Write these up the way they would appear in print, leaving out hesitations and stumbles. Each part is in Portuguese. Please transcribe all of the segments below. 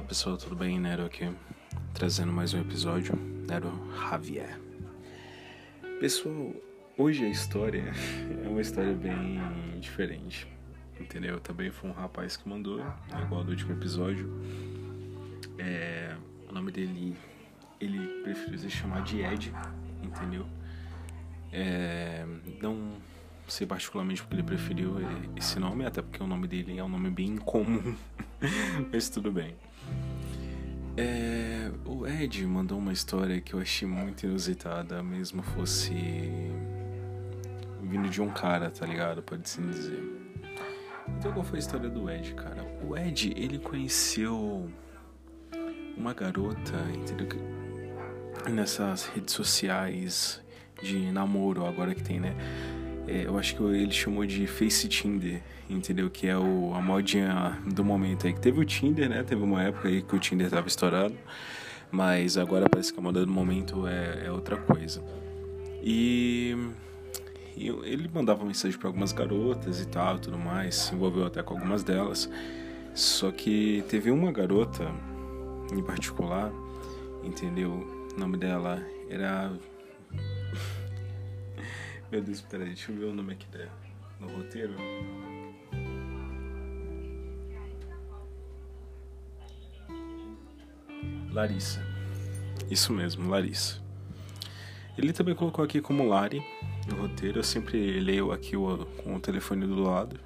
Fala pessoal, tudo bem? Nero aqui, trazendo mais um episódio, Nero Javier. Pessoal, hoje a história é uma história bem diferente, entendeu? Também foi um rapaz que mandou, igual do último episódio. O nome dele, ele preferiu se chamar de Ed, entendeu? Não sei particularmente porque ele preferiu esse nome, até porque o nome dele é um nome bem incomum, mas tudo bem. O Ed mandou uma história que eu achei muito inusitada, mesmo fosse vindo de um cara, tá ligado? Pode-se dizer. Então qual foi a história do Ed, cara? O Ed, ele conheceu uma garota, entendeu? Nessas redes sociais de namoro agora que tem, né? Eu acho que ele chamou de Face Tinder, entendeu? Que é a modinha do momento aí. Que teve o Tinder, né? Teve uma época aí que o Tinder tava estourado. Mas agora parece que a moda do momento é outra coisa. E ele mandava mensagem para algumas garotas e tal, tudo mais. Se envolveu até com algumas delas. Só que teve uma garota em particular, entendeu? O nome dela era... Meu Deus, peraí, deixa eu ver o nome aqui no roteiro. Larissa. Isso mesmo, Larissa. Ele também colocou aqui como Lari no roteiro. Eu sempre leio aqui com o telefone do lado.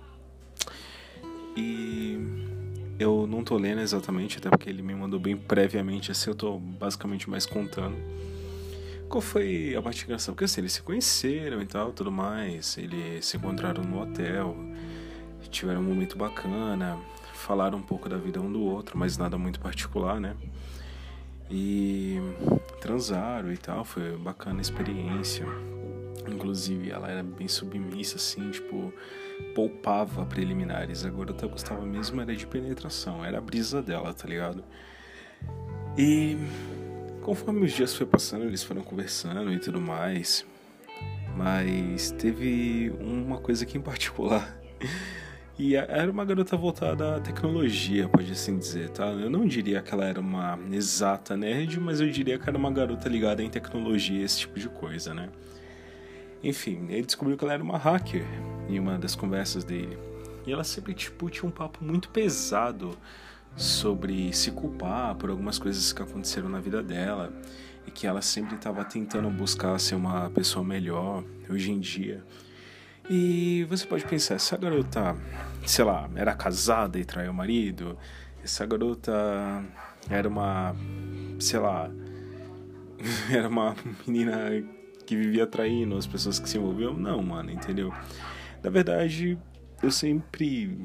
E eu não tô lendo exatamente, até porque ele me mandou bem previamente, assim eu tô basicamente mais contando. Qual foi a parte engraçada? Porque assim, eles se conheceram e tal, tudo mais. Eles se encontraram no hotel, tiveram um momento bacana, falaram um pouco da vida um do outro, mas nada muito particular, né? E transaram e tal, foi bacana a experiência. Inclusive, ela era bem submissa, assim, tipo, poupava preliminares. Agora eu gostava mesmo era de penetração, era a brisa dela, tá ligado? E... conforme os dias foram passando, eles foram conversando e tudo mais. Mas teve uma coisa aqui em particular. E era uma garota voltada à tecnologia, pode assim dizer, tá? Eu não diria que ela era uma exata nerd, mas eu diria que era uma garota ligada em tecnologia, esse tipo de coisa, né? Enfim, ele descobriu que ela era uma hacker em uma das conversas dele. E ela sempre, tipo, tinha um papo muito pesado sobre se culpar por algumas coisas que aconteceram na vida dela e que ela sempre estava tentando buscar ser uma pessoa melhor hoje em dia. E você pode pensar, essa garota, sei lá, era casada e traiu o marido? Essa garota era uma, sei lá, era uma menina que vivia traindo as pessoas que se envolviam? Não, mano, entendeu? Na verdade, eu sempre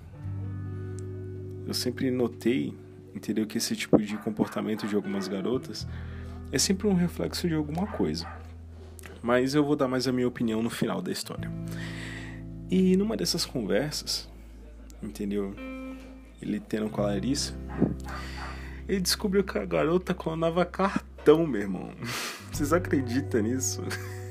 notei, entendeu, que esse tipo de comportamento de algumas garotas é sempre um reflexo de alguma coisa. Mas eu vou dar mais a minha opinião no final da história. E numa dessas conversas, entendeu, ele tendo com a Larissa, ele descobriu que a garota clonava cartão, meu irmão. Vocês acreditam nisso?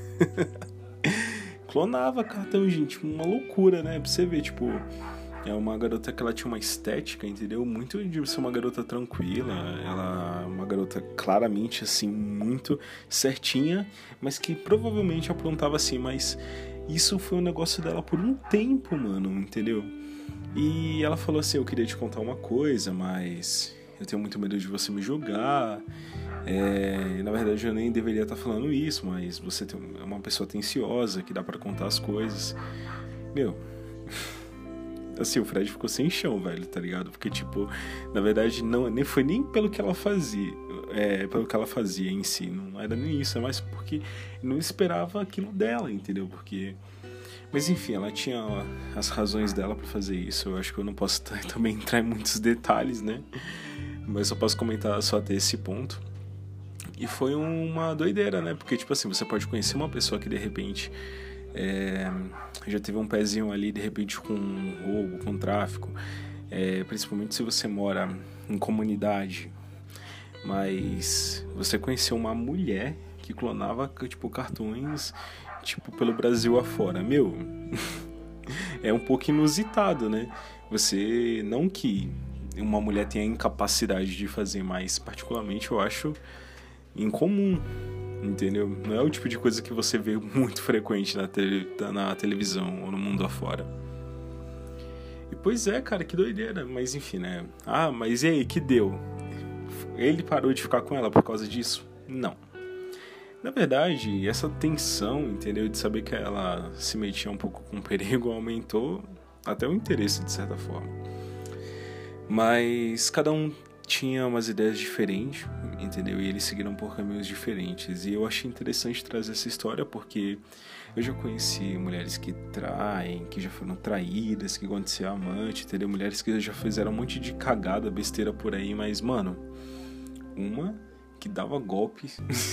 Clonava cartão, gente, uma loucura, né? Pra você ver, tipo... É uma garota que ela tinha uma estética, entendeu? Muito de ser uma garota tranquila. Ela é uma garota claramente, assim, muito certinha, mas que provavelmente aprontava assim. Mas isso foi um negócio dela por um tempo, mano, entendeu? E ela falou assim, eu queria te contar uma coisa, mas eu tenho muito medo de você me julgar. Na verdade eu nem deveria estar falando isso, mas você é uma pessoa atenciosa, que dá pra contar as coisas. Meu... Assim, o Fred ficou sem chão, velho, tá ligado? Porque, tipo, na verdade, nem foi nem pelo que ela fazia, pelo que ela fazia em si, não era nem isso, é mais porque não esperava aquilo dela, entendeu? Porque... Mas, enfim, ela tinha as razões dela pra fazer isso, eu acho que eu não posso também entrar em muitos detalhes, né? Mas só posso comentar só até esse ponto. E foi uma doideira, né? Porque, tipo assim, você pode conhecer uma pessoa que, de repente... já teve um pezinho ali de repente com roubo, com tráfico, principalmente se você mora em comunidade, mas você conheceu uma mulher que clonava tipo cartões tipo pelo Brasil afora, meu. É um pouco inusitado, né? Você não que uma mulher tenha a incapacidade de fazer, mas particularmente eu acho incomum, entendeu? Não é o tipo de coisa que você vê muito frequente na televisão ou no mundo afora. E pois é, cara, que doideira, mas enfim, né? Ah, mas e aí, que deu? Ele parou de ficar com ela por causa disso? Não. Na verdade, essa tensão, entendeu? De saber que ela se metia um pouco com perigo aumentou até o interesse, de certa forma. Mas cada um tinha umas ideias diferentes, entendeu? E eles seguiram por caminhos diferentes. E eu achei interessante trazer essa história porque eu já conheci mulheres que traem, que já foram traídas, que gostam de ser amante, entendeu? Mulheres que já fizeram um monte de cagada, besteira por aí, mas, mano, uma que dava golpe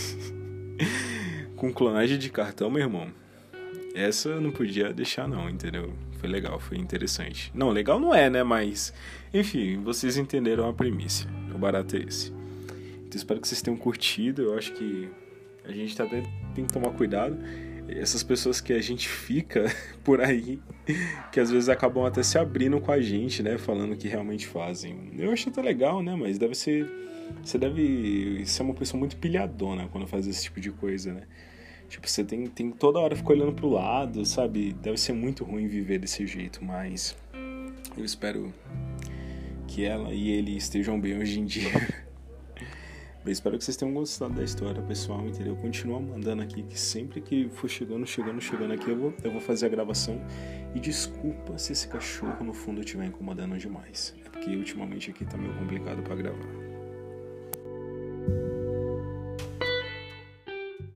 com clonagem de cartão, meu irmão. Essa eu não podia deixar não, entendeu? Foi legal, foi interessante. Não, legal não é, né? Mas, enfim, vocês entenderam a premissa. O barato é esse. Então, espero que vocês tenham curtido. Eu acho que a gente até tem que tomar cuidado. Essas pessoas que a gente fica por aí, que às vezes acabam até se abrindo com a gente, né? Falando que realmente fazem. Eu acho até legal, né? Mas você deve ser uma pessoa muito pilhadona quando faz esse tipo de coisa, né? Tipo, você tem toda hora ficar olhando pro lado, sabe? Deve ser muito ruim viver desse jeito, mas eu espero que ela e ele estejam bem hoje em dia. Eu espero que vocês tenham gostado da história, pessoal, entendeu? Continua mandando aqui, que sempre que for chegando aqui, eu vou fazer a gravação. E desculpa se esse cachorro no fundo estiver incomodando demais. É porque ultimamente aqui tá meio complicado pra gravar.